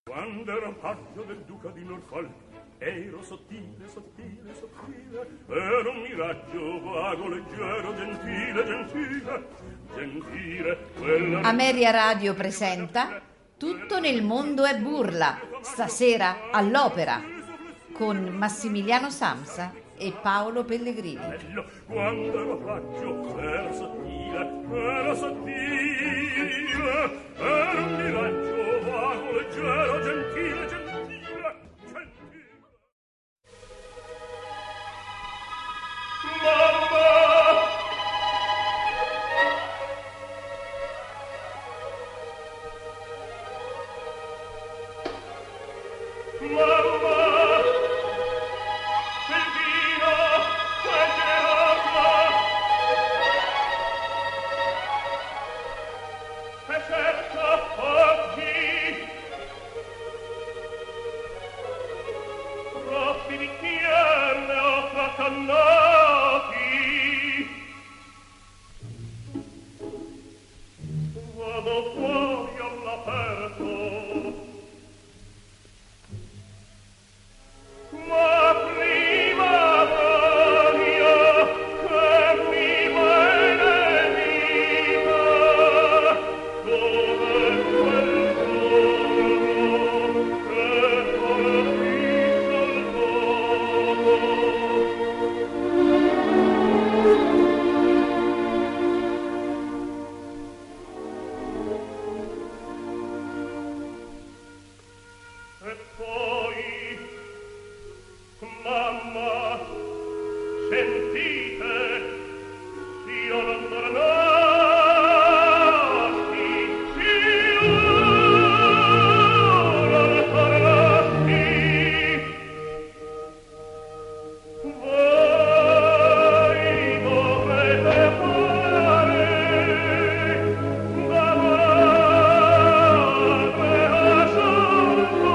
Quando ero paggio del duca di Norfolk, ero sottile, sottile, sottile, ero un miraggio vago, leggero, gentile, gentile, gentile. Quella... Ameria Radio presenta Tutto nel mondo è burla, stasera all'Opera, con Massimiliano Samsa e Paolo Pellegrini. Quando ero paggio, ero sottile, ero un miraggio vago, leggero, gentile, gentile, gentile. Mamma! Vado fuori all'aperto, ma prima d'aria che mi viene vita, come quel giorno che colpisce il mondo. E poi, mamma, sentite, io non tornassi, io non tornassi. Voi dovrete fare da madre a santo.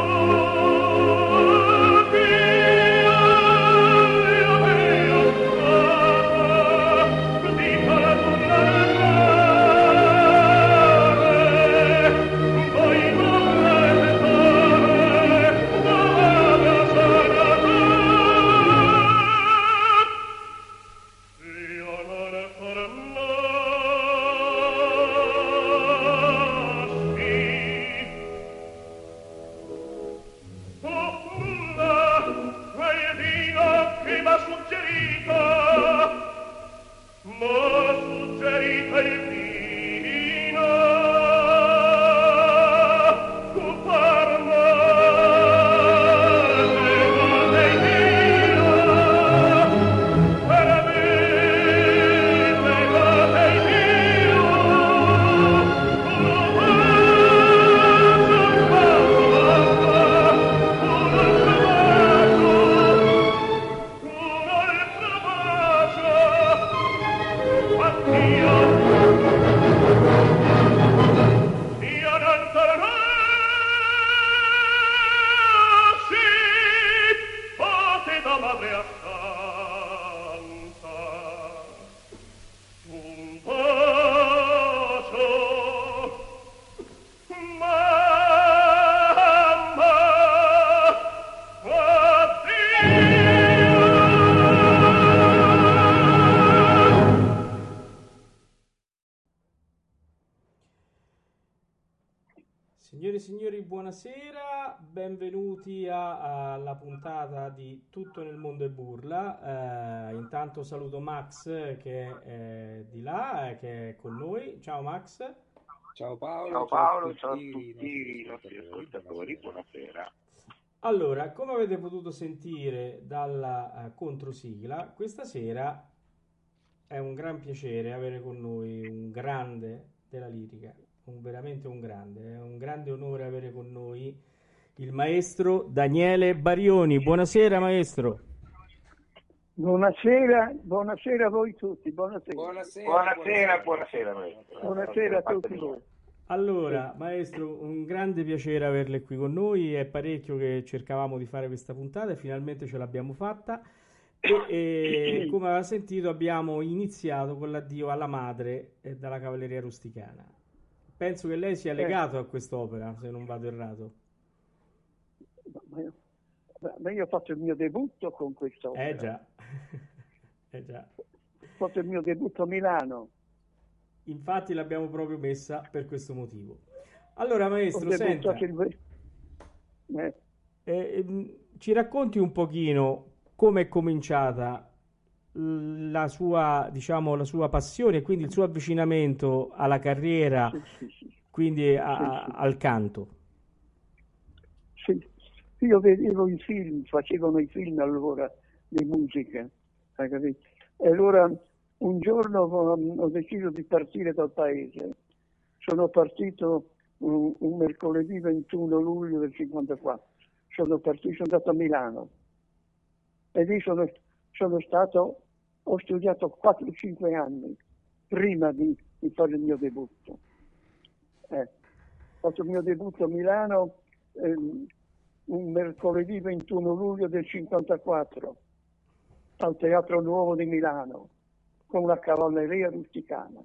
Signore e signori, buonasera, benvenuti alla puntata di Tutto nel mondo è burla. Intanto saluto Max che è di là, che è con noi. Ciao Max. Ciao Paolo, Ciao a tutti i nostri ascoltatori, buonasera. Allora, come avete potuto sentire dalla controsigla, questa sera è un gran piacere avere con noi un grande della lirica. Veramente un grande, è un grande onore avere con noi il maestro Daniele Barioni. Buonasera maestro. Buonasera a voi tutti, buonasera Maestro. Buonasera a tutti voi. Allora, maestro, un grande piacere averle qui con noi, è parecchio che cercavamo di fare questa puntata e finalmente ce l'abbiamo fatta e come aveva sentito abbiamo iniziato con l'addio alla madre dalla cavalleria rusticana. Penso che lei sia legato a quest'opera, se non vado errato. Ma io ho fatto il mio debutto con quest'opera. Già. Già. Ho fatto il mio debutto a Milano. Infatti l'abbiamo proprio messa per questo motivo. Allora, Ho maestro, senta, debuttato ci racconti un pochino come è cominciata la sua, diciamo, la sua passione e quindi il suo avvicinamento alla carriera, sì. quindi Sì. al canto. Sì. Io vedevo i film, facevano i film allora di musica, hai capito? E allora un giorno ho deciso di partire dal paese. Sono partito un mercoledì 21 luglio del 54. Sono andato a Milano e lì ho studiato 4-5 anni prima di fare il mio debutto. Ho fatto il mio debutto a Milano un mercoledì 21 luglio del 54 al Teatro Nuovo di Milano con la cavalleria rusticana.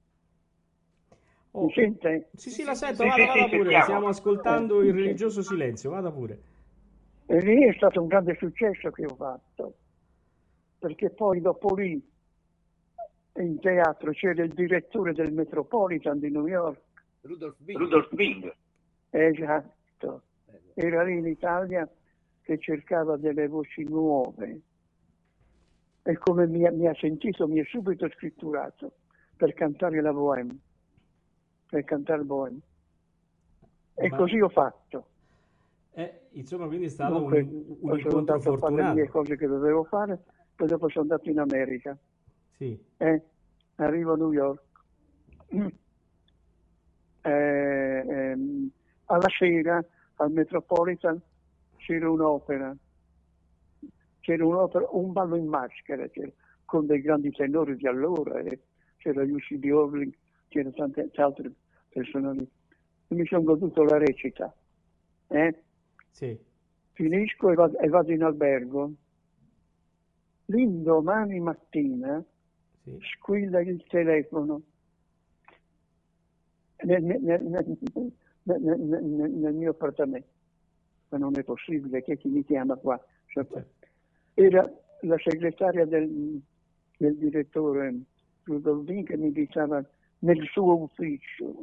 Mi sente? Sì, la sento, vada pure, sentiamo. stiamo ascoltando il religioso silenzio, vada pure. E lì è stato un grande successo che ho fatto, perché poi dopo lì in teatro c'era il direttore del Metropolitan di New York. Rudolf Bing. Esatto. Era lì in Italia che cercava delle voci nuove. E come mi ha sentito, mi ha subito scritturato per cantare la Bohème. Per cantare Bohème. E così ho fatto. Insomma, quindi è stato Dunque, un sono incontro andato a fare le mie fortunato. cose che dovevo fare, poi dopo sono andato in America. Sì. Arrivo a New York. Alla sera al Metropolitan c'era un'opera, un ballo in maschera con dei grandi tenori di allora, c'era Jussi di Orling, c'erano tante altre persone lì. E mi sono goduto la recita. Sì. Finisco e vado in albergo. L'indomani mattina squilla il telefono nel mio appartamento. Ma non è possibile, che chi mi chiama qua? Era la segretaria del direttore Rudolphin che mi diceva nel suo ufficio.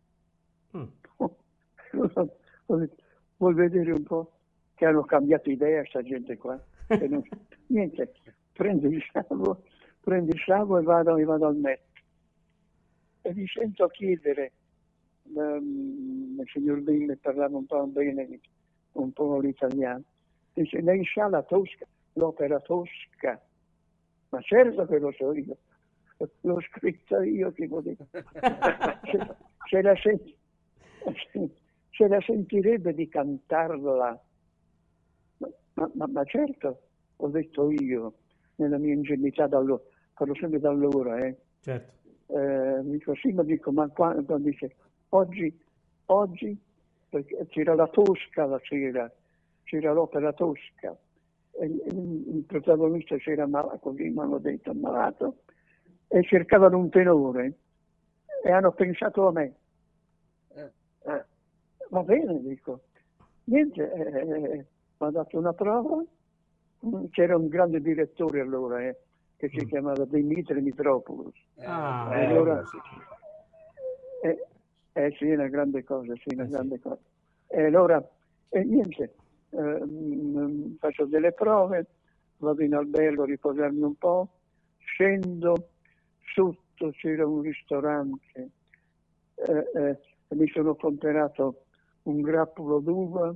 Vuoi vedere un po' che hanno cambiato idea sta gente qua? Niente, prendo il sciavo e vado al metro. E mi sento chiedere, il signor Bing parlava un po' bene, un po' l'italiano, dice, lei sa la Tosca, l'opera Tosca? Ma certo che lo so io, l'ho scritta io, che volevo. Se la sentirebbe di cantarla, ma certo, ho detto io, nella mia ingenuità, parlo sempre da allora, Certo. Dico sì, ma dico, ma quando dice, oggi, perché c'era la Tosca la sera, c'era l'opera Tosca, il protagonista c'era malato, così mi hanno detto, ammalato, e cercavano un tenore, e hanno pensato a me. Va bene, dico. Niente, mi ha dato una prova. C'era un grande direttore allora, che si chiamava Dimitri Mitropoulos. Allora... sì, è una grande cosa, grande cosa. E allora, niente, faccio delle prove, vado in albergo a riposarmi un po', scendo, sotto c'era un ristorante, mi sono comprato un grappolo d'uva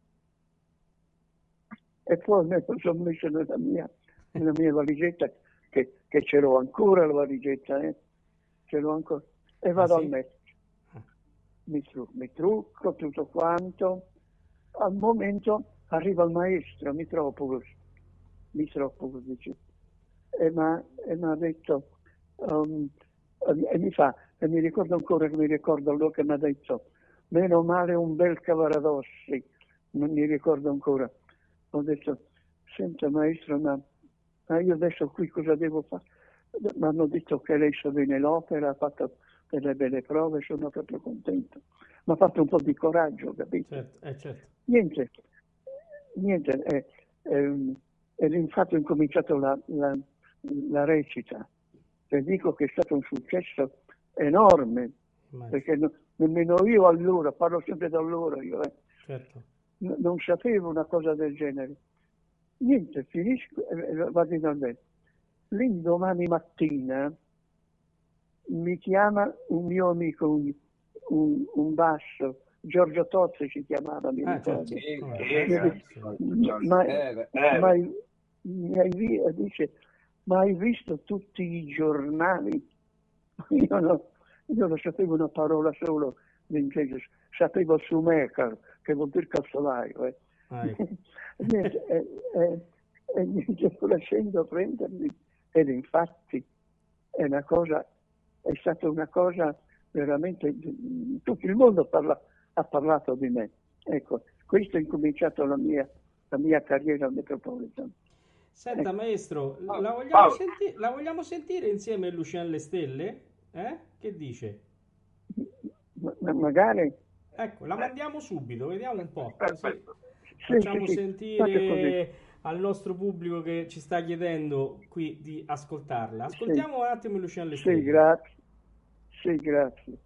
e poi me lo sono messo nella mia valigetta, che ce l'ho ancora la valigetta, ce l'ho ancora, e vado al metro. Mi trucco tutto quanto. Al momento arriva il maestro Mitropoulos dice, e mi ha detto, e mi ricordo ancora che allora che mi ha detto, meno male un bel Cavaradossi, non mi ricordo ancora. Ho detto, senta maestro, ma io adesso qui cosa devo fare? Mi hanno detto che lei sa bene l'opera, ha fatto delle belle prove, sono proprio contento. Mi ha fatto un po' di coraggio, capito? Certo. Niente, ed infatti ho incominciato la recita. E dico che è stato un successo enorme, perché nemmeno io allora, parlo sempre da allora, io Certo. non sapevo una cosa del genere. Niente, finisco e vado in albergo. L'indomani mattina mi chiama un mio amico, un basso, Giorgio Tozzi si chiamava, mi ricordo. Dice, ma hai visto tutti i giornali? Io non sapevo una parola solo d'inglese, sapevo Sumecar, che vuol dire calzolaio. E niente, lasciando prendermi, ed infatti è stata una cosa veramente, tutto il mondo ha parlato di me. Ecco, questo è incominciato la mia carriera al Metropolitan. Senta, maestro, la vogliamo sentire insieme a Lucien Le Stelle? Che dice? Magari. Ecco, la mandiamo subito, vediamo un po'. Perfetto. Facciamo sentire al nostro pubblico che ci sta chiedendo qui di ascoltarla. Ascoltiamo un attimo Lucien Le Stelle. Sì, grazie. Sì, grazie.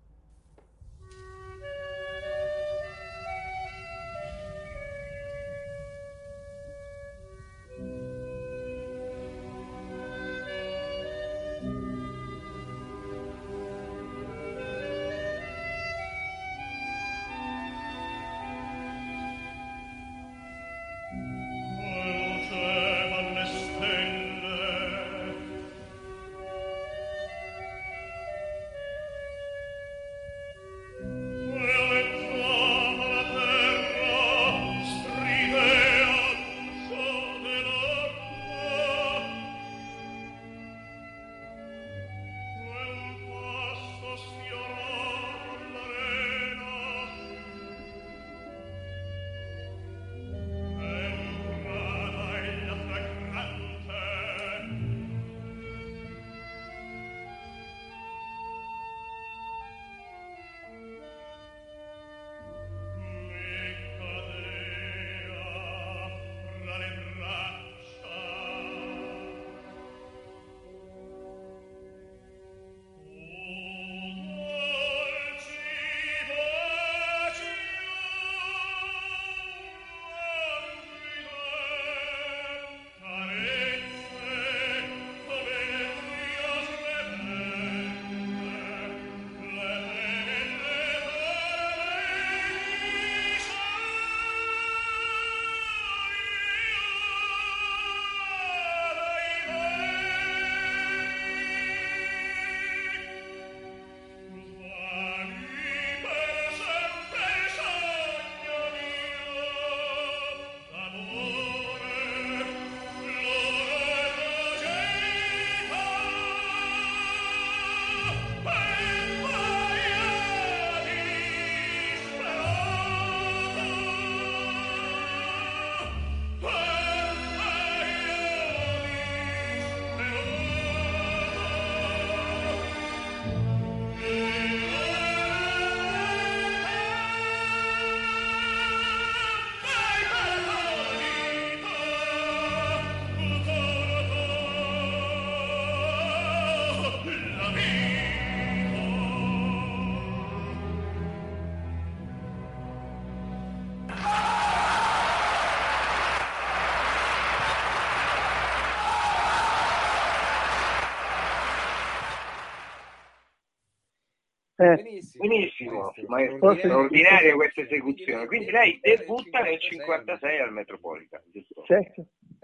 Benissimo, ma è straordinaria questa esecuzione. Quindi lei debutta nel 56 al Metropolitan, giusto? Certo.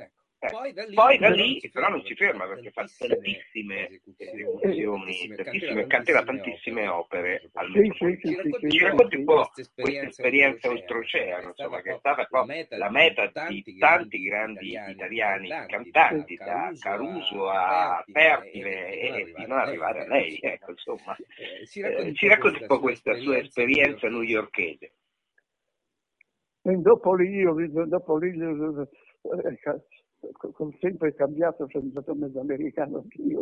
Poi da lì però non si ferma, perché fa tantissime esecuzioni, canterà tantissime opere al Metropolitan. Ci racconti un po' questa esperienza oltreoceano, insomma, che è stata la meta di tanti grandi italiani cantanti, da Caruso a Fertile e fino ad arrivare a lei, ecco, insomma. Ci racconti un po' questa sua esperienza newyorkese. E dopo lì sempre cambiato, sono stato mezzo americano anch'io.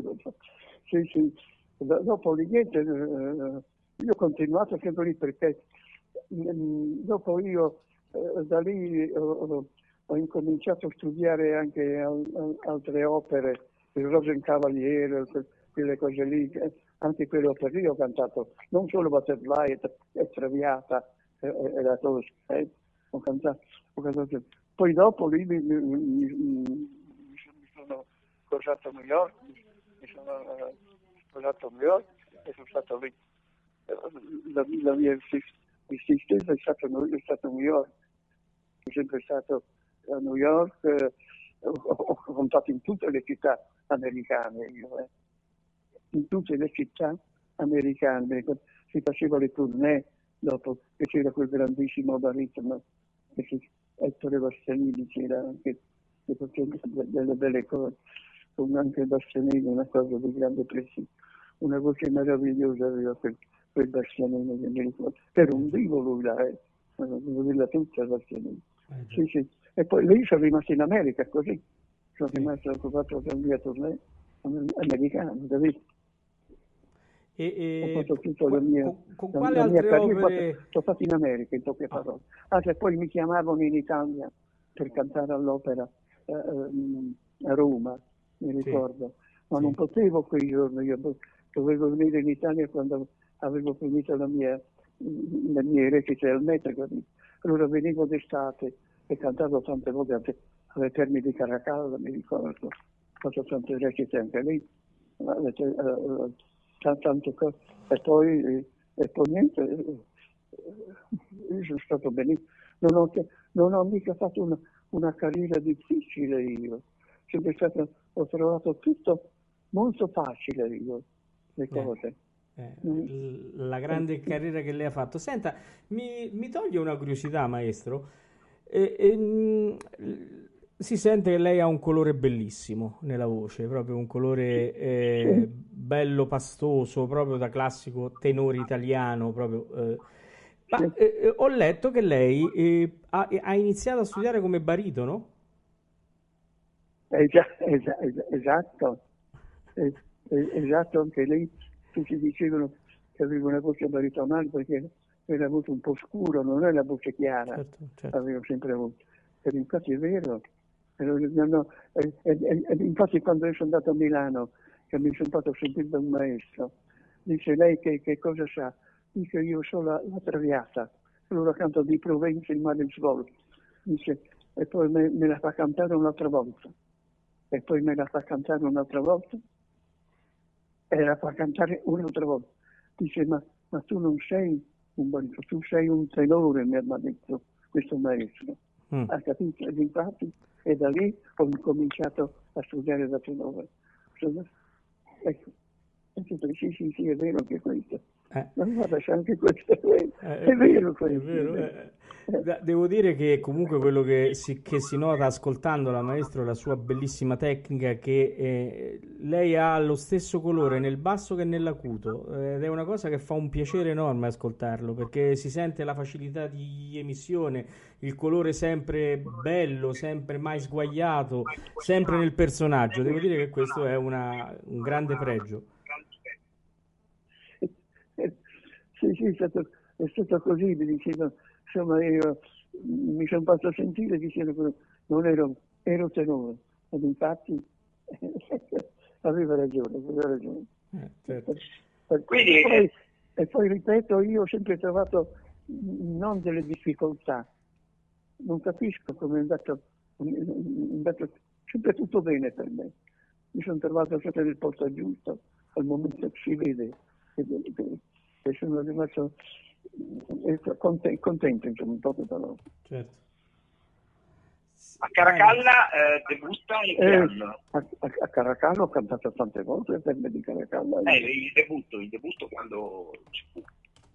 Dopo lì niente, io ho continuato sempre lì, perché dopo io da lì ho ho incominciato a studiare anche altre opere, il Rosenkavalier, quelle cose lì, anche quelle opere lì ho cantato, non solo Butterfly e Traviata e la Tosca, ho cantato. Poi dopo lì mi sono sposato a New York, e sono stato lì. La mia esistenza è stata a New York. Sono sempre stato a New York, ho cantato in tutte le città americane, in tutte le città americane. Si faceva le tournée dopo che c'era quel grandissimo baritono, Ettore Bastianini, c'era anche delle belle cose, con anche Bastianini, una cosa di grande prestigio, una voce meravigliosa aveva quel Bastianini che mi ricordo. Era un vivo lui là, devo dirla tutta Bastianini. Sì. E poi lì sono rimasto in America, così. Sono rimasto occupato dal mio tournée americano, capito? E ho fatto tutta la mia carriera, l'ho fatto in America, in poche parole. E poi mi chiamavano in Italia per cantare all'opera a Roma, mi ricordo. Ma non potevo quei giorni, io dovevo venire in Italia quando avevo finito le mie recite al metro, capito? Allora venivo d'estate e cantavo tante volte alle Terme di Caracalla, mi ricordo. Ho fatto tante recite anche lì. Tante cose. E poi niente, io sono stato benissimo. Non ho mica fatto una carriera difficile io. Ho trovato tutto molto facile io, le cose. La grande carriera che lei ha fatto. Senta, mi toglie una curiosità, maestro. Si sente che lei ha un colore bellissimo nella voce, proprio un colore bello pastoso, proprio da classico tenore italiano. Proprio, ho letto che lei ha iniziato a studiare come baritono? Esatto, anche lei tutti dicevano che avevo una voce baritonale perché era avuto un po' scuro, non è la voce chiara, certo. Avevo sempre avuto. E infatti è vero. Infatti quando io sono andato a Milano, che mi sono fatto sentire da un maestro, dice: lei che cosa sa? Dice: io so la Traviata, allora canto di Provenza il mare svolto. Dice, e poi me la fa cantare un'altra volta, e poi me la fa cantare un'altra volta, e la fa cantare un'altra volta. Dice: ma tu non sei un baritono, tu sei un tenore, mi ha detto questo maestro. Ha capito? Ed infatti, e da lì ho cominciato a studiare da tenore. Ecco, sì, è vero anche questo. Ma guarda, c'è anche questo, è vero questo. È vero. Devo dire che comunque quello che si nota ascoltandola, maestro, è la sua bellissima tecnica, che lei ha lo stesso colore nel basso che nell'acuto, ed è una cosa che fa un piacere enorme ascoltarlo, perché si sente la facilità di emissione, il colore sempre bello, sempre mai sguaiato, sempre nel personaggio. Devo dire che questo è un grande pregio. Sì, è stato così, mi dicevano, insomma, io mi sono fatto sentire dicendo che non ero tenore, ed infatti aveva ragione. Certo. E poi ripeto, io ho sempre trovato non delle difficoltà, non capisco come è andato sempre tutto bene per me. Mi sono trovato sempre nel posto giusto, al momento che si vede. E sono rimasto contento, insomma, un po' parole. Certo. A Caracalla debutta in che anno? A Caracalla ho cantato tante volte, per me di Caracalla. Il debutto quando ci fu?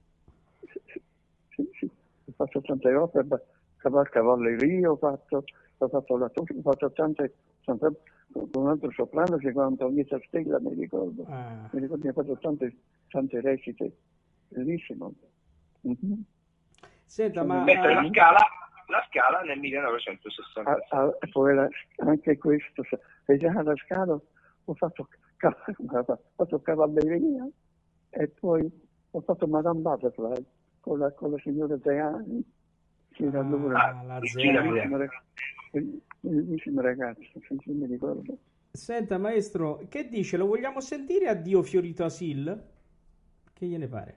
Sì, ho fatto tante opere, cavalleria ho fatto la Tosca, ho fatto tante con un altro soprano che si chiama Antonietta Stella, mi ricordo. Mi ha fatto tante recite, bellissimo. Mm-hmm. Senta, ma la Scala nel 1960. Poi anche questo, e già alla Scala ho fatto cavalleria e poi ho fatto Madame Butterfly con la signora Teani. C'era allora la bellissima ragazza, se mi ricordo. Senta maestro, che dice? Lo vogliamo sentire Addio fiorito asil? Che gliene pare?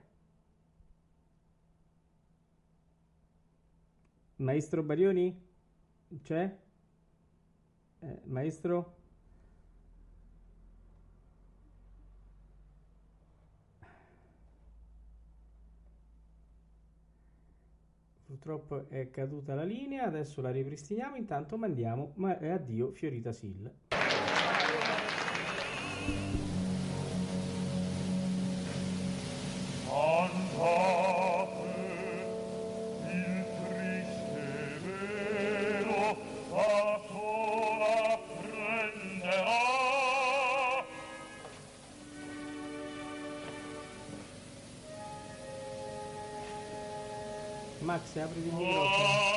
Maestro Barioni? C'è? Maestro? Purtroppo è caduta la linea, adesso la ripristiniamo, intanto mandiamo Addio fiorito asil. Max, apri il microfono.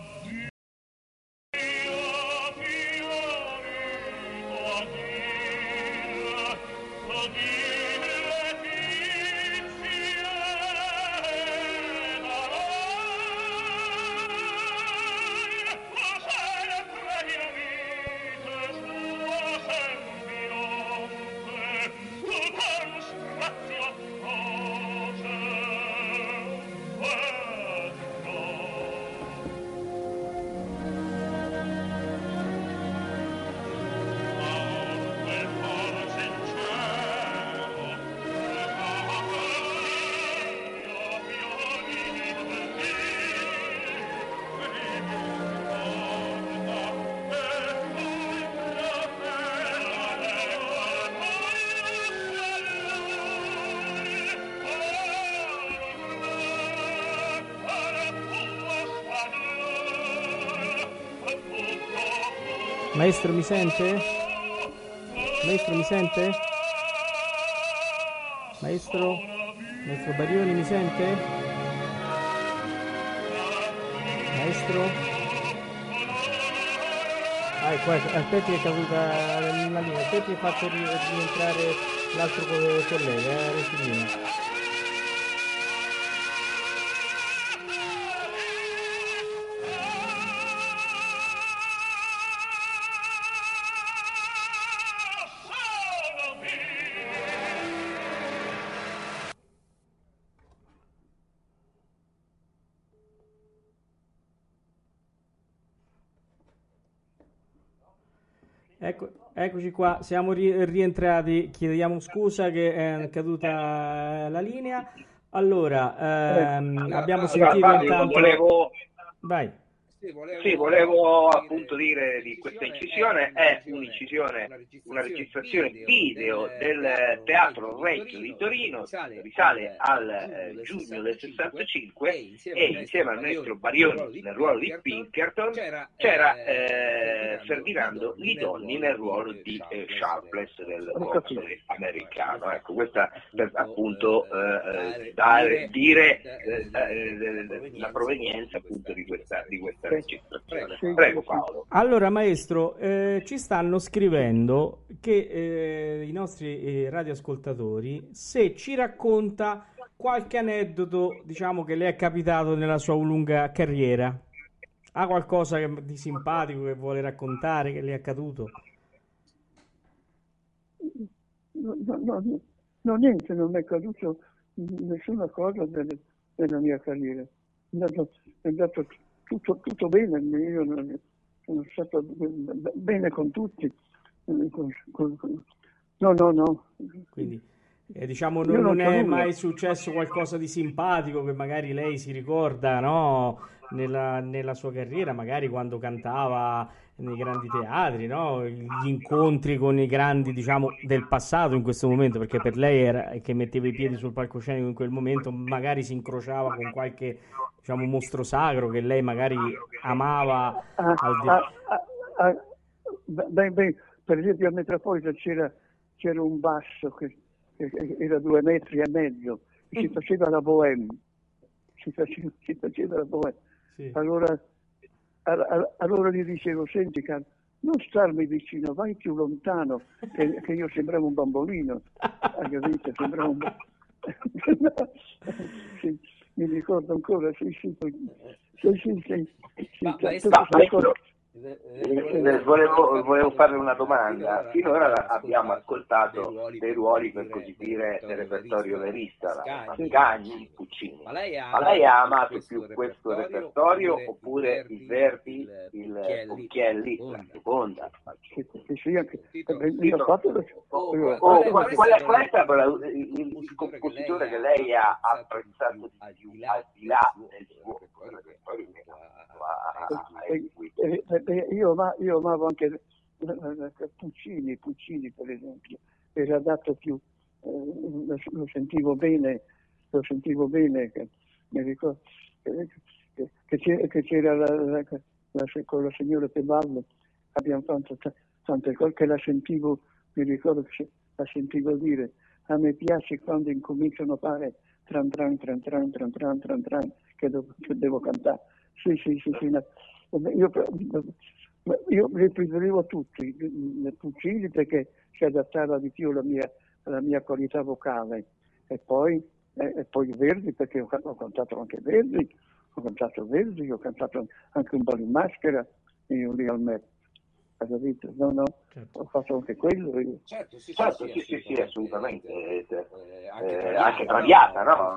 Maestro mi sente? Maestro mi sente? Maestro? Maestro Barioni mi sente? Maestro? Ecco, aspetti che è caduta la linea, aspetti che faccio rientrare l'altro collega, Rosellino. Eccoci qua, siamo rientrati, chiediamo scusa che è caduta la linea. Allora, abbiamo sentito intanto... Vai. Sì, volevo appunto dire di questa incisione, è un'incisione, una registrazione video del Teatro Regio di Torino, risale al giugno del 65 e insieme al maestro Barioni nel ruolo di Pinkerton c'era Ferdinando Lidonni nel ruolo di Sharpless del console americano. Ecco, questa per appunto dire la provenienza appunto di questa registrazione. Prego Paolo. Allora maestro, ci stanno scrivendo che i nostri radioascoltatori se ci racconta qualche aneddoto, diciamo, che le è capitato nella sua lunga carriera. Ha qualcosa di simpatico che vuole raccontare, che le è accaduto? No, niente, non mi è accaduto nessuna cosa della mia carriera. È andato tutto bene, io sono stato bene con tutti. No. Quindi, diciamo, non è mai successo qualcosa di simpatico che magari lei si ricorda, no? Nella sua carriera, magari quando cantava nei grandi teatri, no? Gli incontri con i grandi, diciamo, del passato in questo momento, perché per lei era che metteva i piedi sul palcoscenico in quel momento, magari si incrociava con qualche, diciamo, mostro sacro che lei magari amava. Per esempio a Metropolitan c'era un basso che era 2,5 metri, e si faceva la bohème. Si faceva la bohème. Sì. Allora gli dicevo, senti caro, non starmi vicino, vai più lontano, che io sembravo un bambolino. Hai capito? Sembravo un sì, mi ricordo ancora, sì, Volevo fare una domanda. Finora abbiamo ascoltato dei ruoli, per così dire, del repertorio verista, Mascagni, Puccini. Ma lei ha amato più questo repertorio oppure il Verdi, il Cucchielli, la seconda? Qual è stato il compositore che lei ha apprezzato di più, al di là del suo repertorio? Io amavo anche Puccini per esempio, era dato più, lo sentivo bene, che, mi ricordo che c'era con la signora Teballo, abbiamo fatto tante cose che la sentivo, mi ricordo che la sentivo dire: a me piace quando incominciano a fare tran tran tran tran tran tran tran tran che devo cantare. Sì, io li preferivo tutti, Puccini, perché si adattava di più alla mia qualità vocale, e poi Verdi, perché ho cantato anche Verdi, ho cantato anche un po' in maschera, io lì al Met. Hai capito? No, certo. Ho fatto anche quello. Io. Certo, sì, assolutamente. Anche Traviata, no?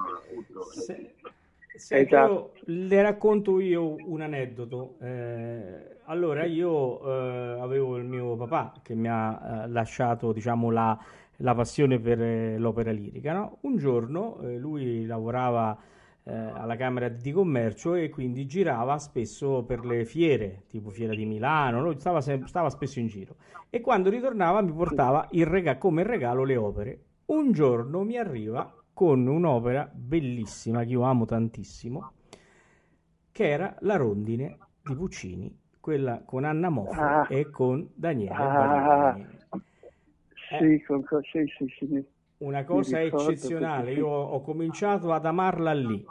Esatto. Le racconto io un aneddoto. Allora, io avevo il mio papà che mi ha lasciato, diciamo, la passione per l'opera lirica, no? Un giorno lui lavorava alla Camera di Commercio e quindi girava spesso per le fiere, tipo Fiera di Milano, no? stava spesso in giro, e quando ritornava mi portava come regalo le opere. Un giorno mi arriva con un'opera bellissima che io amo tantissimo, che era La Rondine di Puccini, quella con Anna Moffo e con Daniele Baglioni. Sì. Una cosa eccezionale, io ho cominciato ad amarla lì.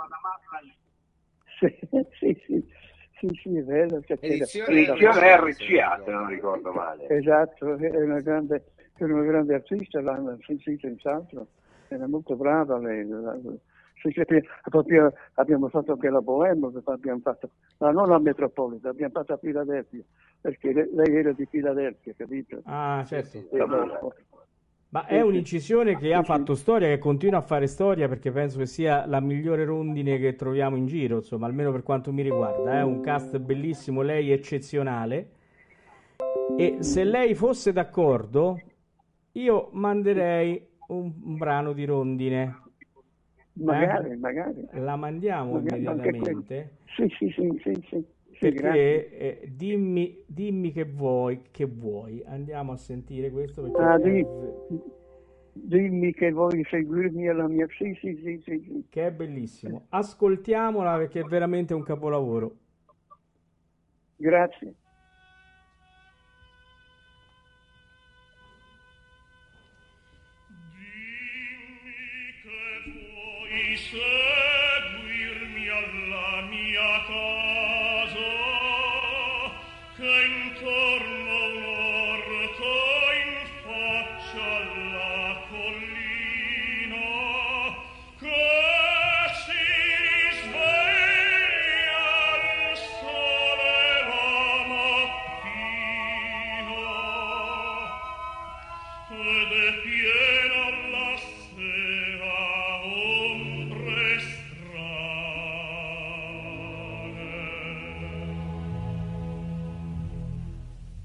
Sì, è vero. Edizione RCA, se non ricordo male. Esatto, è una grande artista, senz'altro. Era molto brava lei. Proprio abbiamo fatto anche la Bohème, ma non la Metropolitan, abbiamo fatto a Filadelfia, perché lei era di Filadelfia, capito? Ah, certo. Ma è un'incisione che ha fatto storia, che continua a fare storia, perché penso che sia la migliore rondine che troviamo in giro, insomma, almeno per quanto mi riguarda. È un cast bellissimo, lei eccezionale. E se lei fosse d'accordo, io manderei un brano di rondine. Magari. La mandiamo immediatamente? Sì. Perché dimmi che vuoi. Andiamo a sentire questo perché dimmi che vuoi seguirmi alla mia... Sì. Che è bellissimo. Ascoltiamola perché è veramente un capolavoro. Grazie. Dimmi che vuoi seguirmi alla mia casa, che intorno un orto in faccia alla collina, che si risveglia il sole la mattina, ed è piena la sera ombre strane.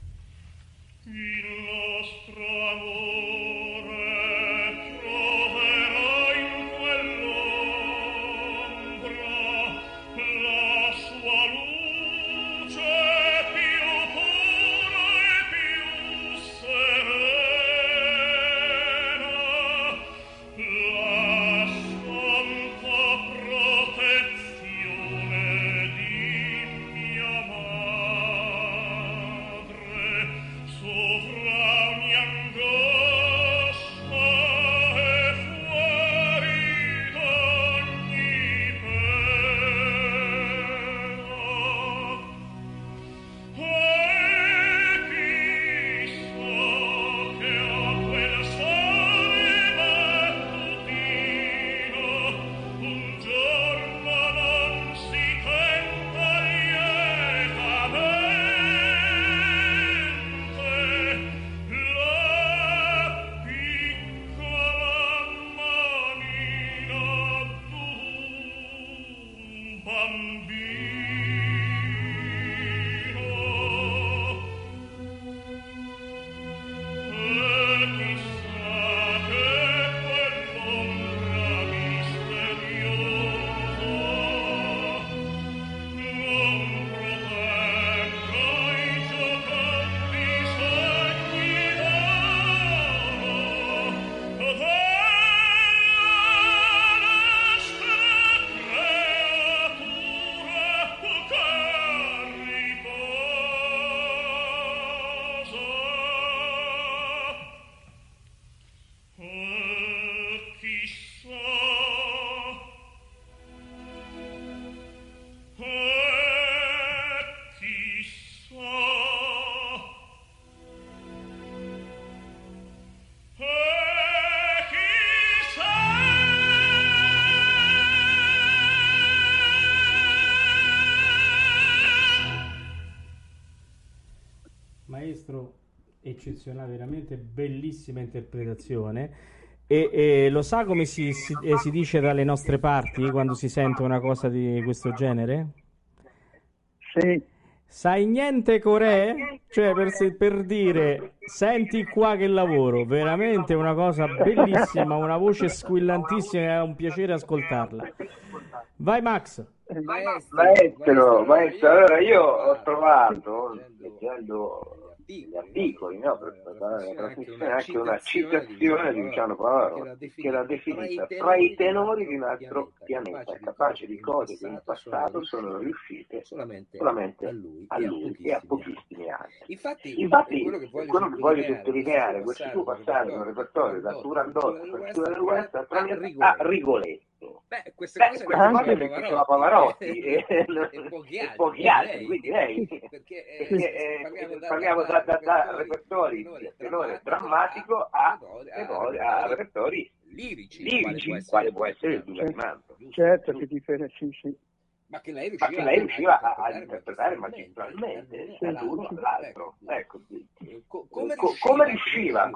Maestro eccezionale, veramente bellissima interpretazione. E lo sa come si dice dalle nostre parti quando si sente una cosa di questo genere? Sì. Sai niente Corè? Cioè per dire, senti qua che lavoro, veramente una cosa bellissima, una voce squillantissima, è un piacere ascoltarla. Vai Max. Maestro, allora io ho trovato, leggendo gli articoli, no, per preparare la trasmissione, anche una citazione di Luciano Pavarotti che l'ha definita tra i tenori di un altro pianeta, capace di cose che in passato sono riuscite solamente a lui e a pochissimi altri. Infatti, quello che voglio sottolineare, questo suo passaggio nel repertorio da Turandot a Stura del West a Rigoletto. Queste cose le faceva Pavarotti e pochi altri, quindi lei, perché parliamo da repertori di tenore drammatico a repertori lirici, quale può essere il Duca di Manto. Certo, che differenza, sì. Ma che lei riusciva a interpretare magistralmente l'uno all'altro. Ecco, come riusciva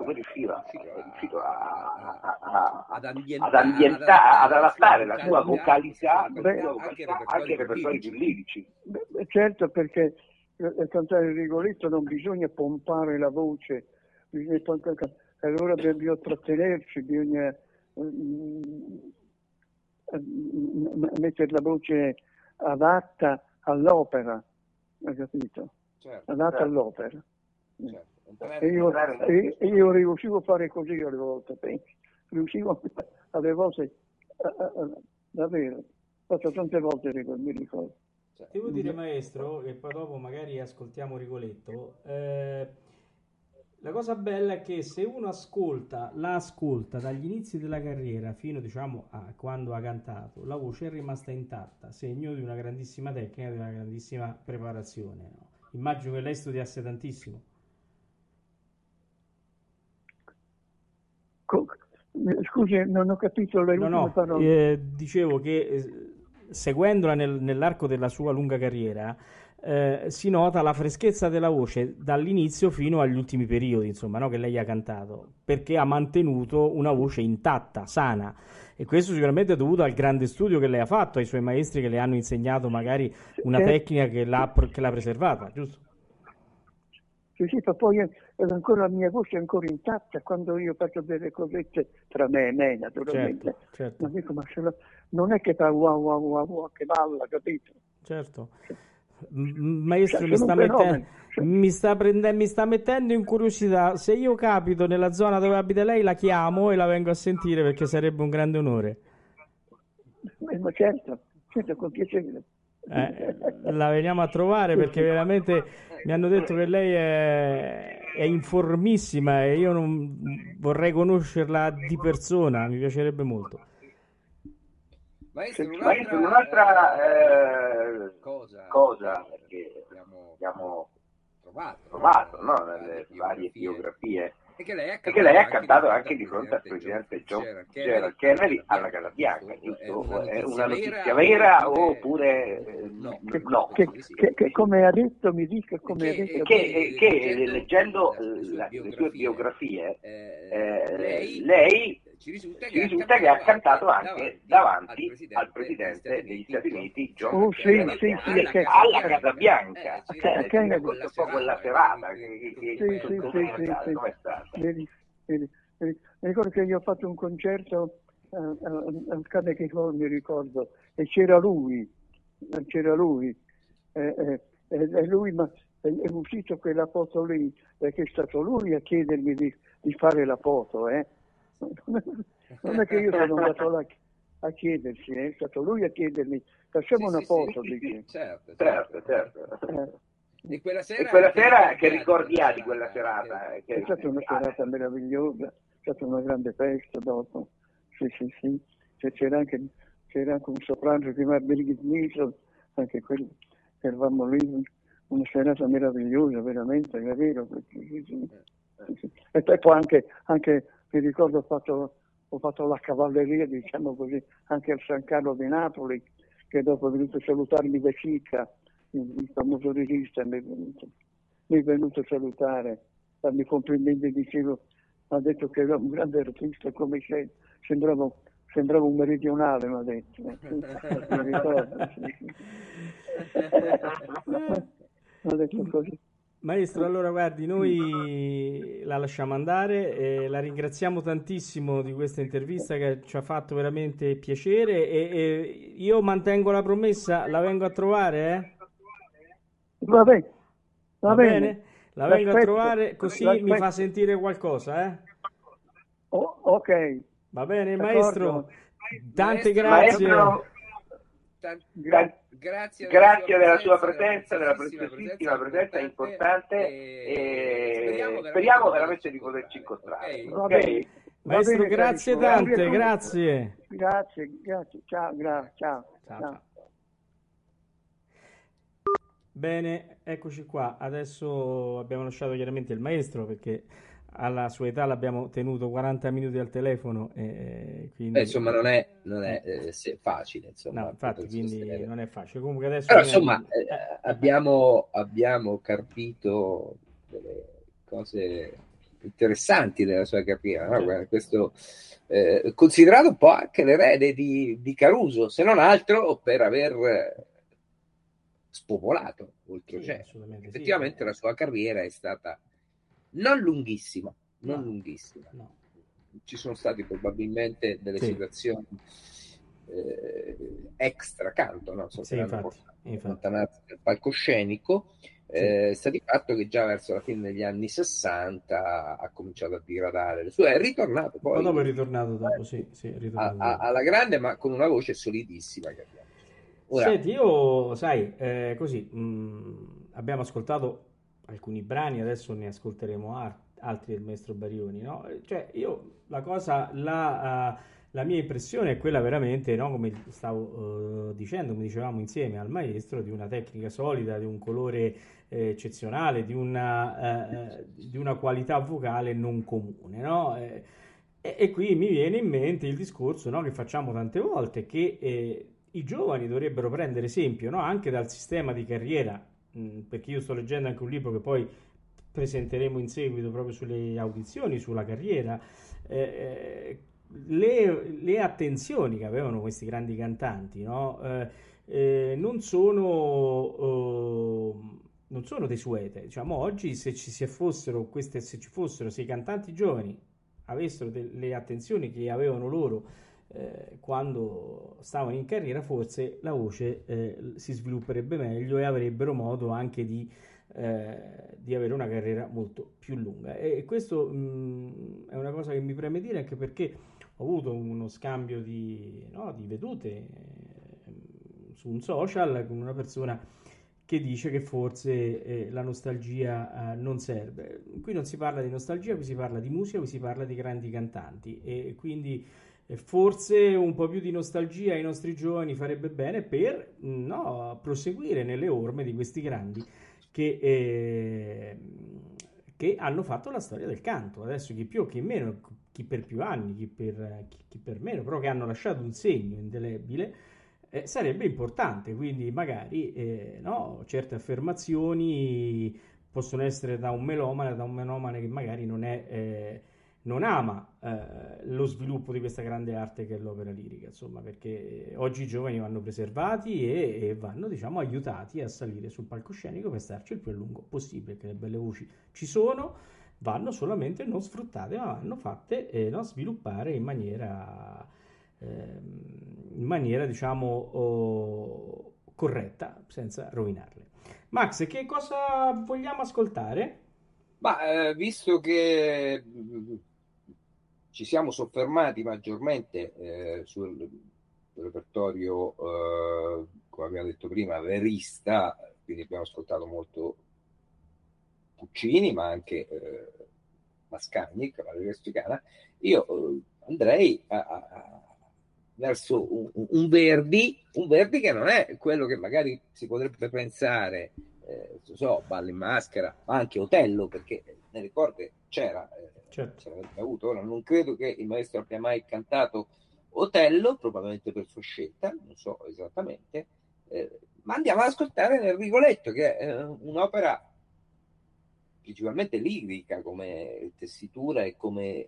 ad adattare la sua vocalità anche ai repertori più lirici. Certo, perché per cantare il Rigoletto non bisogna pompare la voce, allora bisogna trattenerci, bisogna mettere la voce adatta all'opera, hai capito? Certo, adatta all'opera. Certo. E io riuscivo a fare così alle volte, riuscivo alle volte davvero, ho fatto tante volte, mi ricordo. Devo dire maestro, e poi dopo magari ascoltiamo Rigoletto, la cosa bella è che se uno la ascolta dagli inizi della carriera fino diciamo a quando ha cantato, la voce è rimasta intatta, segno di una grandissima tecnica, di una grandissima preparazione, no? Immagino che lei studiasse tantissimo. Scusi, non ho capito le ultime parole. Dicevo che seguendola nell'arco della sua lunga carriera si nota la freschezza della voce dall'inizio fino agli ultimi periodi, insomma, no, che lei ha cantato, perché ha mantenuto una voce intatta, sana, e questo sicuramente è dovuto al grande studio che lei ha fatto, ai suoi maestri che le hanno insegnato magari una tecnica che l'ha preservata, giusto? Sì, ma poi ancora la mia voce è ancora intatta quando io faccio delle cosette tra me e me, naturalmente. Certo. Ma dico, non è che fa wow, che balla, capito? Certo. Maestro, mi sta mettendo in curiosità. Se io capito nella zona dove abita lei, la chiamo e la vengo a sentire perché sarebbe un grande onore. Ma certo, con piacere. La veniamo a trovare perché veramente mi hanno detto che lei è informissima e io non vorrei conoscerla di persona, mi piacerebbe molto. Maestro, un'altra cosa che abbiamo trovato, no, nelle varie biografie è che lei ha cantato anche di fronte al presidente John Gerald Kennedy alla Casa Bianca, giusto? È una notizia vera oppure no? Che come ha detto, mi dica come ha detto. Che leggendo le sue biografie lei ci risulta che ha cantato anche davanti al presidente degli Stati Uniti John Kennedy alla Casa Bianca. Racconta un po' quella serata come è stata. Mi ricordo che io ho fatto un concerto al Carnegie Hall, mi ricordo, e c'era lui, e lui, ma è uscito quella foto lì, perché è stato lui a chiedermi di fare la foto, non è che io sono andato là a chiedersi, è stato lui a chiedermi, facciamo una foto. Certo. E quella sera che ricordi ha di quella serata? È stata una serata meravigliosa, è stata una grande festa dopo. Sì. C'era anche un soprano che si chiama Birgit Nilsson, anche quello, eravamo lì, una serata meravigliosa, veramente, è vero. Sì. E poi anche mi ricordo ho fatto la cavalleria, diciamo così, anche al San Carlo di Napoli, che dopo è venuto a salutarmi da Cica, il famoso regista, mi è venuto a salutare, farmi complimenti, dicevo, ha detto che era un grande artista, come se sembrava un meridionale, mi ha detto. Mi ricordo, sì. Ha detto così. Maestro, allora guardi, noi la lasciamo andare, la ringraziamo tantissimo di questa intervista che ci ha fatto veramente piacere e io mantengo la promessa, la vengo a trovare, Va bene, va Va bene. bene? La vengo a L'aspetto, trovare così mi fa l'aspetto. sentire qualcosa, eh? Ok, Va bene, d'accordo. maestro? Tante Maestro, grazie. grazie della sua presenza, della preziosissima presenza importante, e speriamo veramente di poterci incontrare. Va bene. Maestro, bene, grazie carissimo. tante, grazie. Grazie, ciao. Ciao. Bene, eccoci qua. Adesso abbiamo lasciato chiaramente il maestro perché alla sua età l'abbiamo tenuto 40 minuti al telefono e quindi... insomma, non è facile, insomma. No, infatti, quindi sostenere. non è facile. Comunque adesso... Però, insomma, abbiamo capito delle cose interessanti della sua carriera, no? Guarda, questo considerato un po' anche l'erede di Caruso, se non altro per aver spopolato oltreoceano. Effettivamente la sua carriera è stata non lunghissima, No. Ci sono stati probabilmente delle situazioni extra canto, no? Allontanarsi dal palcoscenico. Sta di fatto che già verso la fine degli anni 60 ha cominciato a diradare le sue, è ritornato poi, dopo è ritornato dopo, sì, è ritornato dopo. Alla grande, ma con una voce solidissima che abbiamo. Ora, senti, io sai, così abbiamo ascoltato alcuni brani, adesso ne ascolteremo altri del maestro Barioni, no? Cioè io la mia impressione è quella veramente, no, come stavo dicendo, come dicevamo insieme al maestro, di una tecnica solida, di un colore eccezionale, di una qualità vocale non comune, no? E qui mi viene in mente il discorso, no, che facciamo tante volte, che i giovani dovrebbero prendere esempio, no, anche dal sistema di carriera, perché io sto leggendo anche un libro che poi presenteremo in seguito proprio sulle audizioni, sulla carriera, le attenzioni che avevano questi grandi cantanti, no? Non sono desuete. Diciamo, oggi se ci fossero se i cantanti giovani avessero le attenzioni che avevano loro quando stavano in carriera, forse la voce si svilupperebbe meglio e avrebbero modo anche di avere una carriera molto più lunga. E questo è una cosa che mi preme dire, anche perché ho avuto uno scambio di vedute su un social con una persona che dice che forse la nostalgia non serve. Qui non si parla di nostalgia, qui si parla di musica, qui si parla di grandi cantanti, e quindi forse un po' più di nostalgia ai nostri giovani farebbe bene per proseguire nelle orme di questi grandi che hanno fatto la storia del canto. Adesso chi più, chi meno, chi per più anni, chi per meno, però che hanno lasciato un segno indelebile, sarebbe importante. Quindi magari certe affermazioni possono essere da un melomane che magari non ama lo sviluppo di questa grande arte che è l'opera lirica, insomma, perché oggi i giovani vanno preservati e vanno, diciamo, aiutati a salire sul palcoscenico per starci il più a lungo possibile, perché le belle voci ci sono, vanno solamente non sfruttate, ma vanno fatte sviluppare in maniera diciamo corretta, senza rovinarle. Max, che cosa vogliamo ascoltare? Ma visto che ci siamo soffermati maggiormente sul repertorio, come abbiamo detto prima, verista, quindi abbiamo ascoltato molto Puccini, ma anche Mascagni, Cavalleria Rusticana, io andrei verso un Verdi che non è quello che magari si potrebbe pensare, Ballo in Maschera, ma anche Otello, perché nelle corde c'era, certo. Avuto. Ora non credo che il maestro abbia mai cantato Otello, probabilmente per sua scelta, non so esattamente, ma andiamo ad ascoltare nel Rigoletto, che è un'opera principalmente lirica come tessitura e come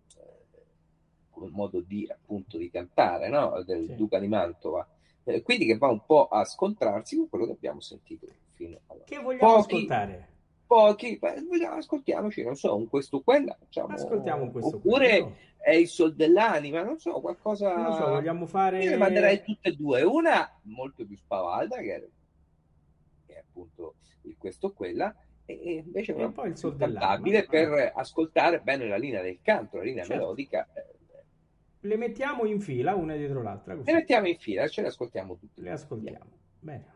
modo di, appunto, di cantare, no? Del Duca di Mantova. Quindi che va un po' a scontrarsi con quello che abbiamo sentito fino allora. Che vogliamo ascoltare? Ascoltiamoci, non so, un questo quella, diciamo, ascoltiamo un questo oppure quella, no? È il sol dell'anima, non so, qualcosa. Non so, vogliamo fare. Io ne manderei tutte e due, una molto più spavalda, che è appunto il questo quella, e invece una poi il sol cantabile per ascoltare bene la linea del canto, la linea melodica. Le mettiamo in fila una dietro l'altra. Così. Le mettiamo in fila, ce le ascoltiamo tutte. Le ascoltiamo. Bene.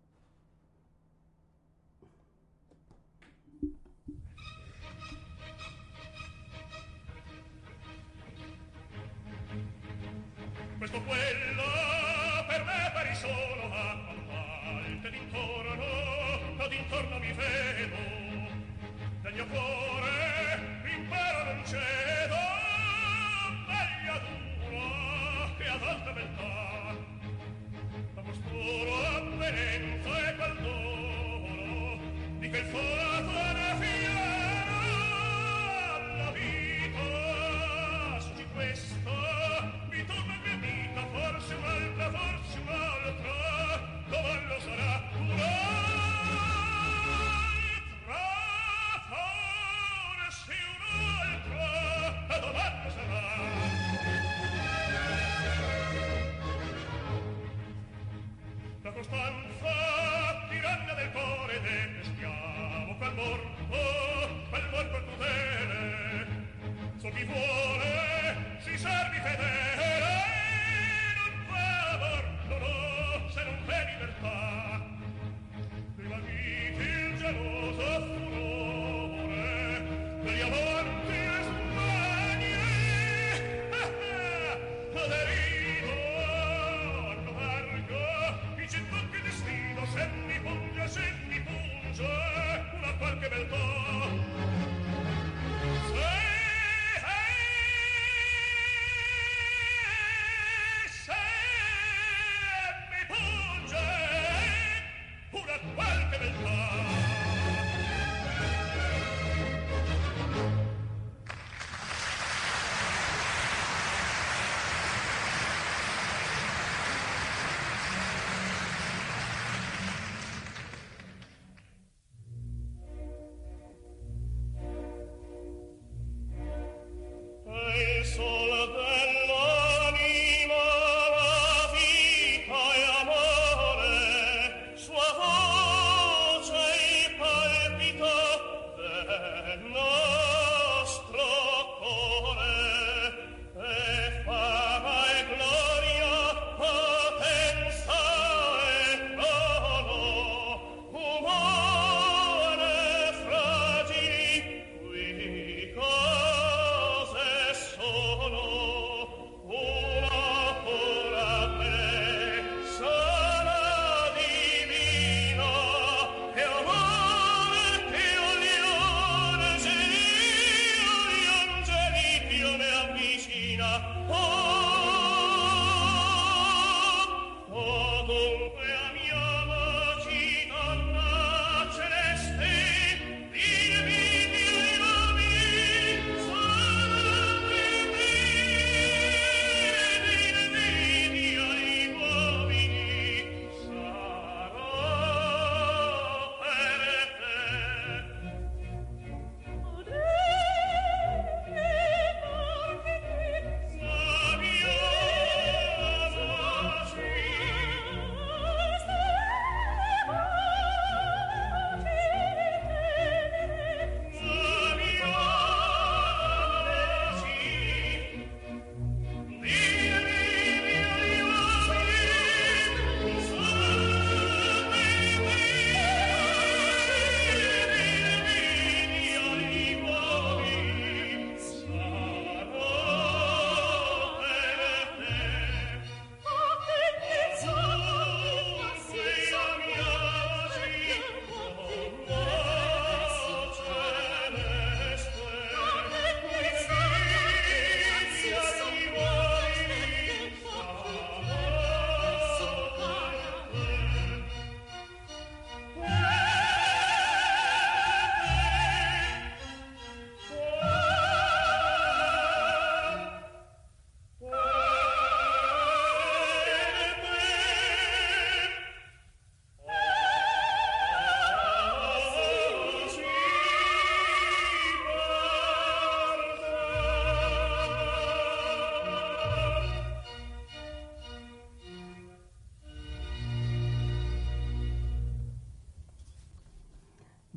Questo quello per me pari solo a parte d'intorno mi vedo, del mio cuore l'impero non cedo, meglio duro che ad alta beltà, la costoro avvenenza e quel dono di che il forato era fiero alla vita, su di questo mi torna mia vita, forse un'altra, cavallo sarà un'altra, forse un'altra, cavallo sarà. La costanza tiranna del cuore del schiavo, quel morto crudele, so chi vuole si servi fedele, non fa abbandono se non c'è libertà. Della vita il geloso furore, degli amanti le smanie, derido, hanno largo, i cent'occhi destino, se mi punge, una qualche beltà.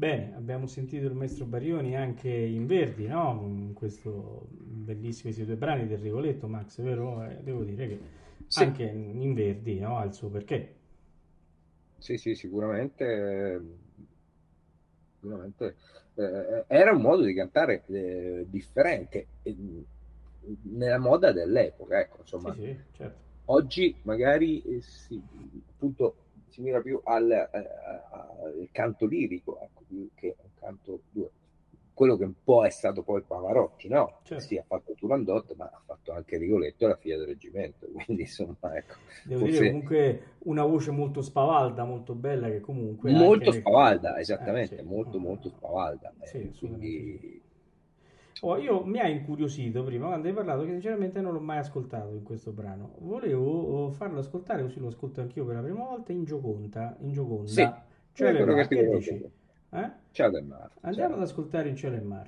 Bene, abbiamo sentito il maestro Barioni anche in Verdi, no? Con questo bellissimi questi due brani del Rigoletto, Max, vero? Devo dire che Sì, anche in Verdi, no? Ha il suo perché. sì, sicuramente era un modo di cantare differente nella moda dell'epoca, ecco, Sì, insomma. sì, certo. Oggi magari appunto si mira più al canto lirico, ecco, più che un canto quello che un po' è stato poi Pavarotti, no? Certo. Sì, ha fatto Turandot, ma ha fatto anche Rigoletto e la figlia del reggimento, quindi insomma, ecco, Devo dire forse comunque una voce molto spavalda, molto bella, che comunque anche molto nel... spavalda, Sì, esattamente, molto spavalda, sì, assolutamente sì. quindi Oh, io mi ha incuriosito prima quando hai parlato che sinceramente non l'ho mai ascoltato in questo brano. Volevo farlo ascoltare così lo ascolto anch'io per la prima volta in sì, Gioconda, Cielo è e quello che Mar. ti Che volevo dici? dire. Eh? Ciao del mare, Andiamo ad ascoltare in Cielo e Mar.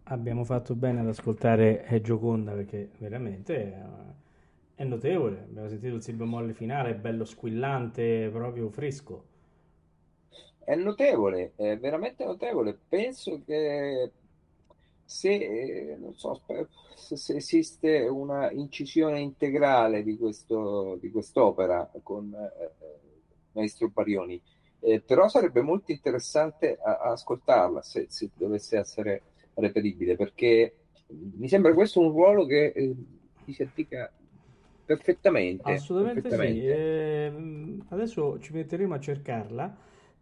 abbiamo fatto bene ad ascoltare Gioconda, perché veramente è notevole. Abbiamo sentito il si bemolle finale, è bello squillante, proprio fresco. È notevole, è veramente notevole. Penso che non so, se esiste una incisione integrale di quest'opera con Maestro Barioni, però sarebbe molto interessante ascoltarla se dovesse essere reperibile, perché mi sembra questo un ruolo che ti si addica perfettamente, Assolutamente sì. perfettamente. Adesso ci metteremo a cercarla,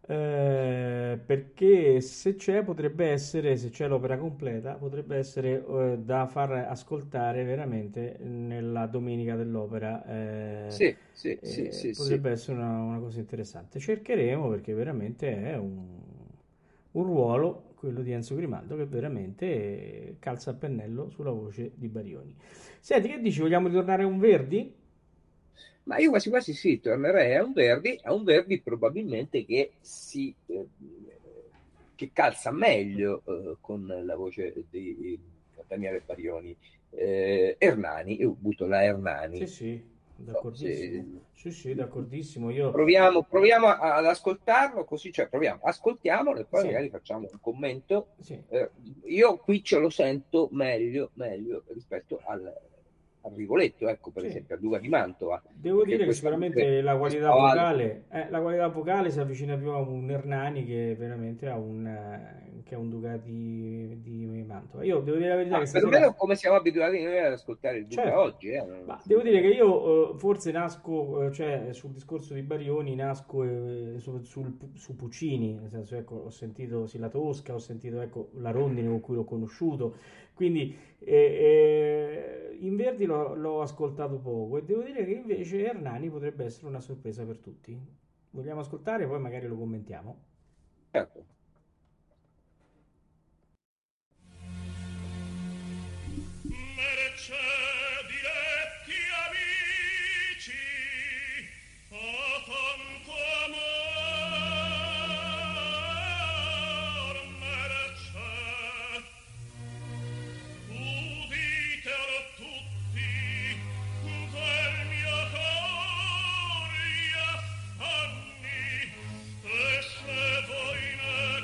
perché se c'è, potrebbe essere, se c'è l'opera completa, potrebbe essere da far ascoltare veramente nella domenica dell'opera. Sì, sì, sì, sì, sì. Potrebbe essere una cosa interessante. Cercheremo, perché veramente è un ruolo, quello di Enzo Grimaldo, che veramente calza a pennello sulla voce di Barioni. Senti, che dici? Vogliamo ritornare a un Verdi? Ma io quasi quasi sì, tornerei a un Verdi probabilmente che calza meglio con la voce di Daniele Barioni. Ernani, io butto la Sì, Ernani. sì, No, se- d'accordissimo. Sì, sì, d'accordissimo. Io, proviamo ad ascoltarlo così, cioè proviamo, ascoltiamolo e poi sì, magari facciamo un commento. sì. Io qui ce lo sento meglio rispetto al Rigoletto, ecco, per Sì. esempio, a Duca di Mantova, Devo perché dire che sicuramente questa valle. la qualità vocale si avvicina più a un Hernani, che veramente che è un Duca di Mantova. Io devo dire la verità che Ma stasera. perlomeno come siamo abituati noi ad ascoltare il Duca Certo, oggi, ma devo dire che assolutamente. io forse nasco, cioè sul discorso di Barioni nasco su Puccini, nel senso, ecco, ho sentito Silla Tosca, ho sentito, ecco, la Rondine con cui l'ho conosciuto, quindi in Verdi l'ho ascoltato poco, e devo dire che invece Hernani potrebbe essere una sorpresa per tutti. Vogliamo ascoltare, poi magari lo commentiamo. Certo. Mercè diletti amici, a tanto amor, mercè. Uditelo tutti, quel mio cor gli affanni, e se voi ne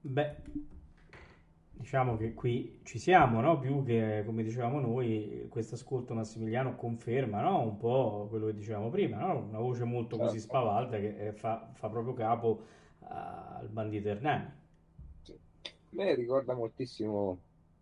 Beh, diciamo che qui ci siamo, no? Più che, come dicevamo noi, questo ascolto Massimiliano conferma, no? Un po' quello che dicevamo prima, no? Una voce molto così Certo. spavalda che fa proprio capo al bandito Hernani. Sì. A me ricorda moltissimo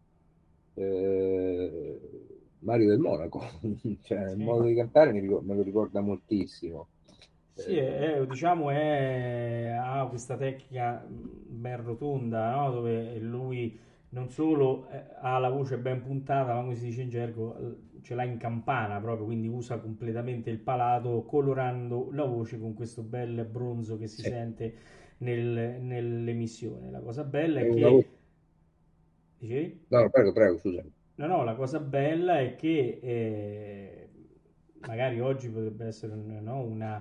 eh, Mario del Monaco, cioè il Sì. modo di cantare me lo ricorda moltissimo. Sì, diciamo ha questa tecnica ben rotonda, no? Dove lui non solo ha la voce ben puntata, ma come si dice in gergo, ce l'ha in campana proprio, quindi usa completamente il palato, colorando la voce con questo bel bronzo che si Sì. sente nell'emissione. La cosa bella È è una voce... che... Dicevi? No, prego, prego, scusami. No, la cosa bella è che magari oggi potrebbe essere no,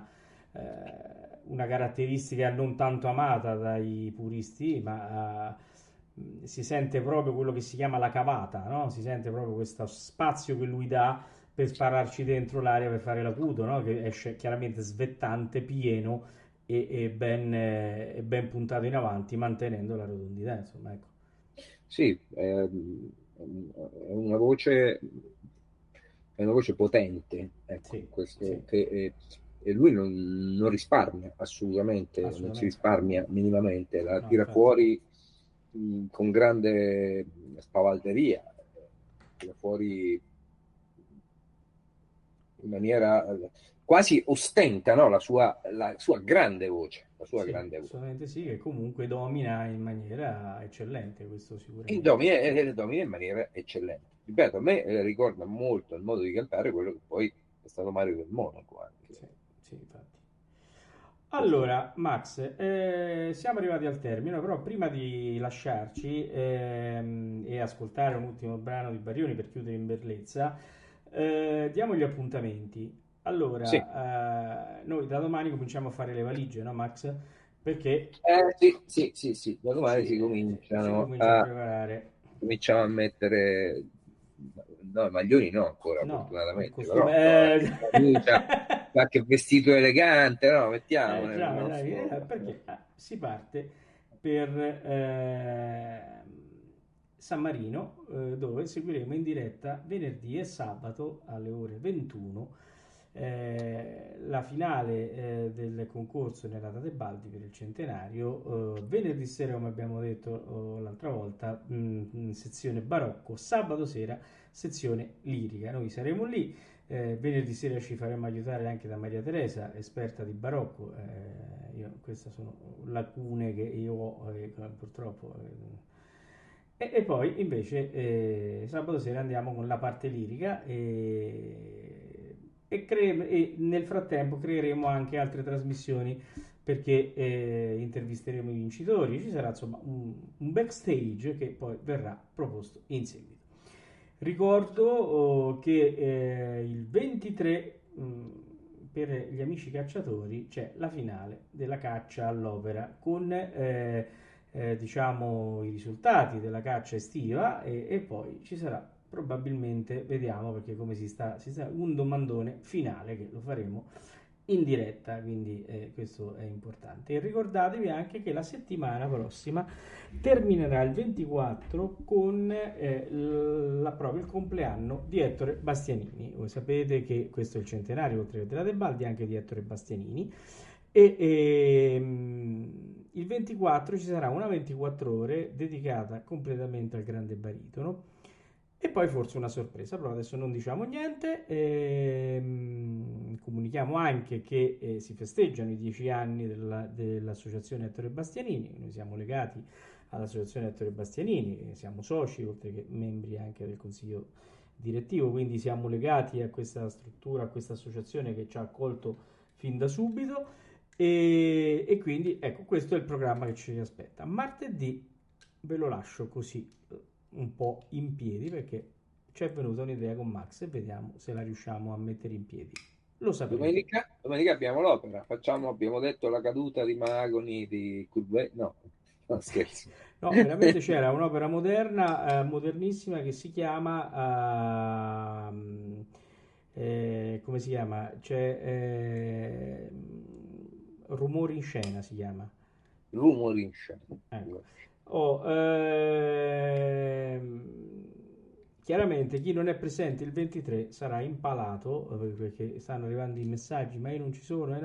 una caratteristica non tanto amata dai puristi, ma si sente proprio quello che si chiama la cavata, no? Si sente proprio questo spazio che lui dà per spararci dentro l'aria per fare l'acuto, no? Che esce chiaramente svettante, pieno e ben puntato in avanti, mantenendo la rotondità, insomma, ecco. Sì, una voce, è una voce potente, ecco, Sì, questo, sì, e lui non risparmia assolutamente, non si assolutamente. risparmia minimamente, la No, tira infatti. fuori con grande spavalderia, tira fuori in maniera quasi ostenta, no? La sua grande voce, la sua Sì, grande voce. assolutamente sì, che comunque domina in maniera eccellente, questo E sicuramente. domina in maniera eccellente. Ripeto, a me ricorda molto il modo di cantare quello che poi è stato Mario del Monaco anche. Sì, sì, infatti. Questo Allora, Max, siamo arrivati al termine, però prima di lasciarci e ascoltare un ultimo brano di Barioni per chiudere in bellezza, diamo gli appuntamenti. sì. Allora, noi da domani cominciamo a fare le valigie, no, Max? Perché Sì, sì, sì, sì. Da domani si comincia a preparare. cominciamo a mettere, no, maglioni no ancora, No, il fortunatamente, però costume... camicia, qualche vestito elegante, no, mettiamone, già, no? dai, perché si parte per San Marino, dove seguiremo in diretta venerdì e sabato alle ore 21 la finale del concorso nella Tebaldi per il centenario. Venerdì sera, come abbiamo detto l'altra volta, sezione barocco, sabato sera sezione lirica. Noi saremo lì. Venerdì sera ci faremo aiutare anche da Maria Teresa, esperta di barocco. Queste sono lacune che io ho, purtroppo. E poi invece sabato sera andiamo con la parte lirica e nel frattempo creeremo anche altre trasmissioni perché intervisteremo i vincitori. Ci sarà insomma un backstage che poi verrà proposto in seguito. Ricordo che il 23 per gli amici cacciatori c'è la finale della caccia all'opera con diciamo i risultati della caccia estiva e poi ci sarà probabilmente, vediamo perché come si sta un domandone finale che lo faremo in diretta, quindi questo è importante. E ricordatevi anche che la settimana prossima terminerà il 24 con proprio il compleanno di Ettore Bastianini. Voi sapete che questo è il centenario, oltre che della Tebaldi, anche di Ettore Bastianini. Il 24 ci sarà una 24 ore dedicata completamente al grande baritono. E poi forse una sorpresa, però adesso non diciamo niente. Comunichiamo anche che si festeggiano i 10 anni dell'associazione Ettore Bastianini. Noi siamo legati all'associazione Ettore Bastianini, siamo soci oltre che membri anche del consiglio direttivo, quindi siamo legati a questa struttura, a questa associazione che ci ha accolto fin da subito. E quindi ecco, questo è il programma che ci aspetta. Martedì ve lo lascio così un po' in piedi perché ci è venuta un'idea con Max e vediamo se la riusciamo a mettere in piedi. Lo sapremo. Domenica abbiamo l'opera, abbiamo detto la caduta di Magoni, di Courbet, no, no, scherzo. No, veramente c'era un'opera moderna, modernissima che si chiama, come si chiama? C'è Rumori in scena si chiama. Rumori in scena. Ecco. Chiaramente chi non è presente il 23 sarà impalato, perché stanno arrivando i messaggi, ma io non ci sono.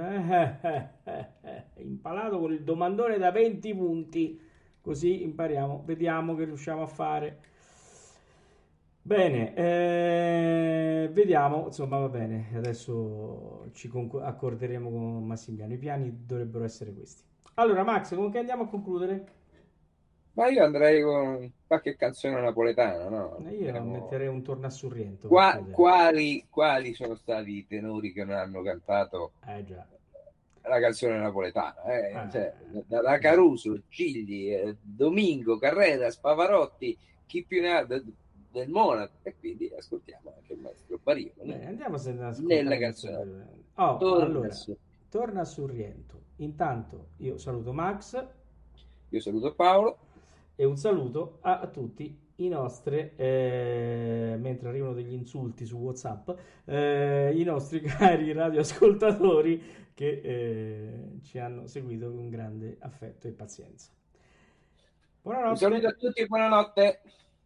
Impalato con il domandone da 20 punti, così impariamo, vediamo che riusciamo a fare. Bene, vediamo, insomma, va bene, adesso ci accorderemo con Massimiliano, i piani dovrebbero essere questi. Allora, Max, con che andiamo a concludere? Ma io andrei con qualche canzone napoletana, no? Io metterei un Torna a Sorrento. Quali sono stati i tenori che non hanno cantato già. la canzone napoletana? Cioè, da Caruso, Gigli, Domingo, Carrera, Pavarotti, chi più ne ha del Monaco, e quindi ascoltiamo anche il maestro Barino. Andiamo nella canzone. Torna a Sorrento. Intanto io saluto Max. Io saluto Paolo. E un saluto a tutti i nostri, mentre arrivano degli insulti su WhatsApp, i nostri cari radioascoltatori che ci hanno seguito con grande affetto e pazienza. Buonanotte. Un saluto a tutti e buonanotte.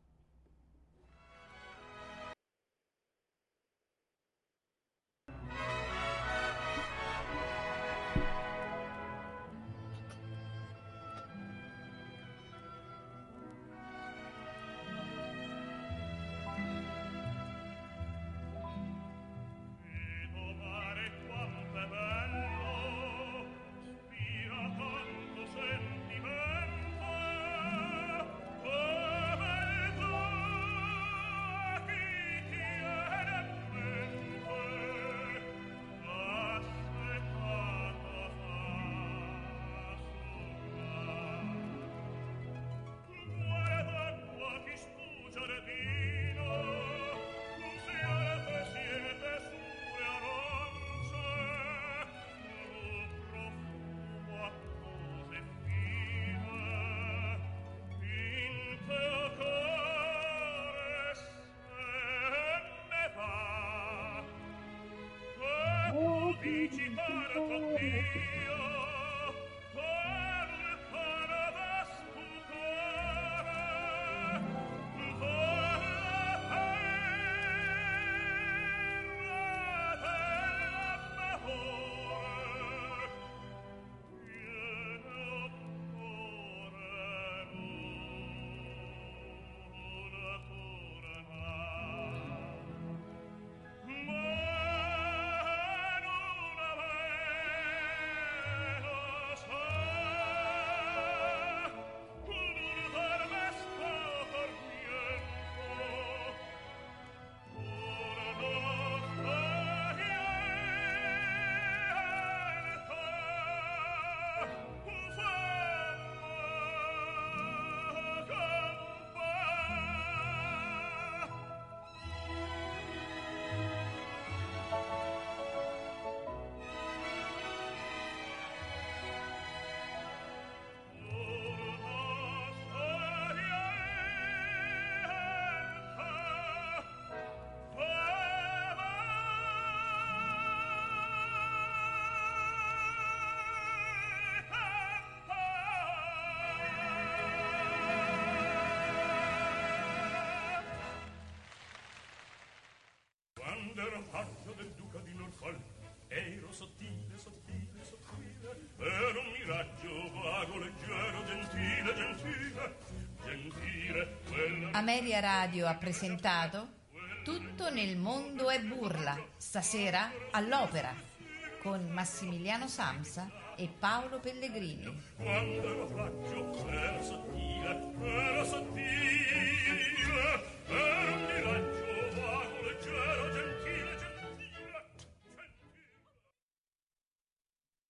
Ero paggio del duca di Norfolk, ero sottile, sottile, sottile, ero un miraggio vago, leggero, gentile, gentile, gentile. Ameria Radio ha presentato Tutto nel mondo è burla, stasera all'Opera, con Massimiliano Samsa e Paolo Pellegrini. Quando ero